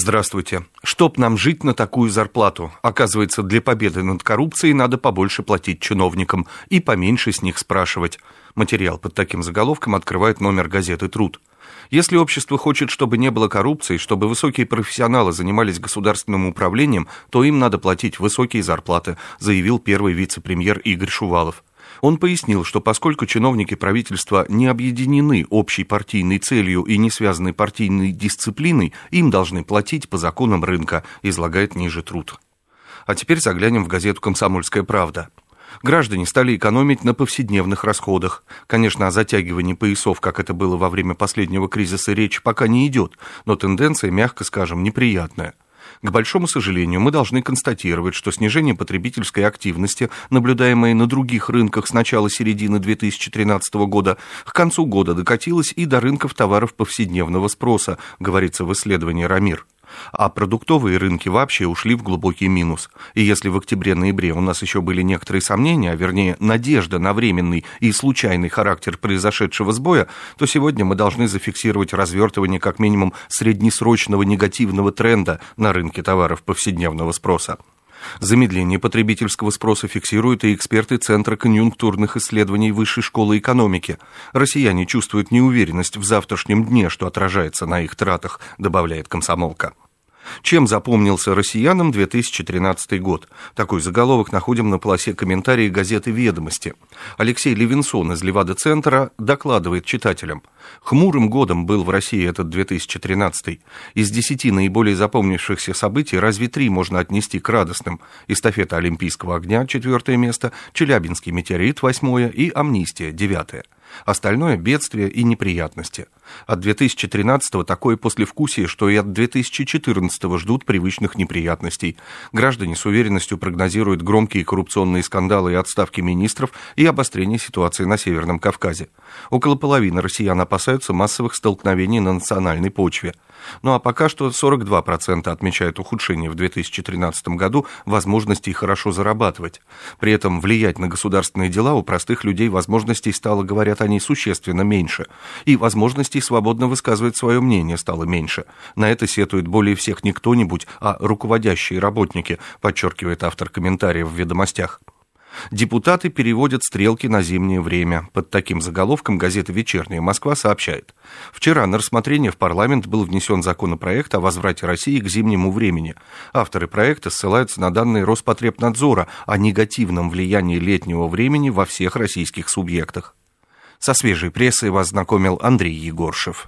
Здравствуйте. Чтоб нам жить на такую зарплату? Оказывается, для победы над коррупцией надо побольше платить чиновникам и поменьше с них спрашивать. Материал под таким заголовком открывает номер газеты «Труд». Если общество хочет, чтобы не было коррупции, чтобы высокие профессионалы занимались государственным управлением, то им надо платить высокие зарплаты, заявил первый вице-премьер Игорь Шувалов. Он пояснил, что поскольку чиновники правительства не объединены общей партийной целью и не связаны партийной дисциплиной, им должны платить по законам рынка, излагает ниже «Труд». А теперь заглянем в газету «Комсомольская правда». Граждане стали экономить на повседневных расходах. Конечно, о затягивании поясов, как это было во время последнего кризиса, речь пока не идет, но тенденция, мягко скажем, неприятная. К большому сожалению, мы должны констатировать, что снижение потребительской активности, наблюдаемое на других рынках с начала-середины 2013 года, к концу года докатилось и до рынков товаров повседневного спроса, говорится в исследовании «Рамир». А продуктовые рынки вообще ушли в глубокий минус. И если в октябре-ноябре у нас еще были некоторые сомнения, а вернее надежда на временный и случайный характер произошедшего сбоя, то сегодня мы должны зафиксировать развертывание как минимум среднесрочного негативного тренда на рынке товаров повседневного спроса. Замедление потребительского спроса фиксируют и эксперты Центра конъюнктурных исследований Высшей школы экономики. Россияне чувствуют неуверенность в завтрашнем дне, что отражается на их тратах, добавляет «Комсомолка». Чем запомнился россиянам 2013 год? Такой заголовок находим на полосе комментариев газеты «Ведомости». Алексей Левинсон из Левада-центра докладывает читателям. Хмурым годом был в России этот 2013. Из 10 наиболее запомнившихся событий разве 3 можно отнести к радостным? Эстафета Олимпийского огня, 4 место, Челябинский метеорит, 8 и амнистия, 9. Остальное – бедствия и неприятности. От 2013-го такое послевкусие, что и от 2014-го ждут привычных неприятностей. Граждане с уверенностью прогнозируют громкие коррупционные скандалы и отставки министров и обострение ситуации на Северном Кавказе. Около половины россиян опасаются массовых столкновений на национальной почве. Ну а пока что 42% отмечают ухудшение в 2013 году возможностей хорошо зарабатывать. При этом влиять на государственные дела у простых людей возможностей стало, говорят они, существенно меньше. И возможностей свободно высказывать свое мнение стало меньше. На это сетует более всех не кто-нибудь, а руководящие работники, подчеркивает автор комментария в «Ведомостях». Депутаты переводят стрелки на зимнее время. Под таким заголовком газета «Вечерняя Москва» сообщает. Вчера на рассмотрение в парламент был внесен законопроект о возврате России к зимнему времени. Авторы проекта ссылаются на данные Роспотребнадзора о негативном влиянии летнего времени во всех российских субъектах. Со свежей прессой вас знакомил Андрей Егоршев.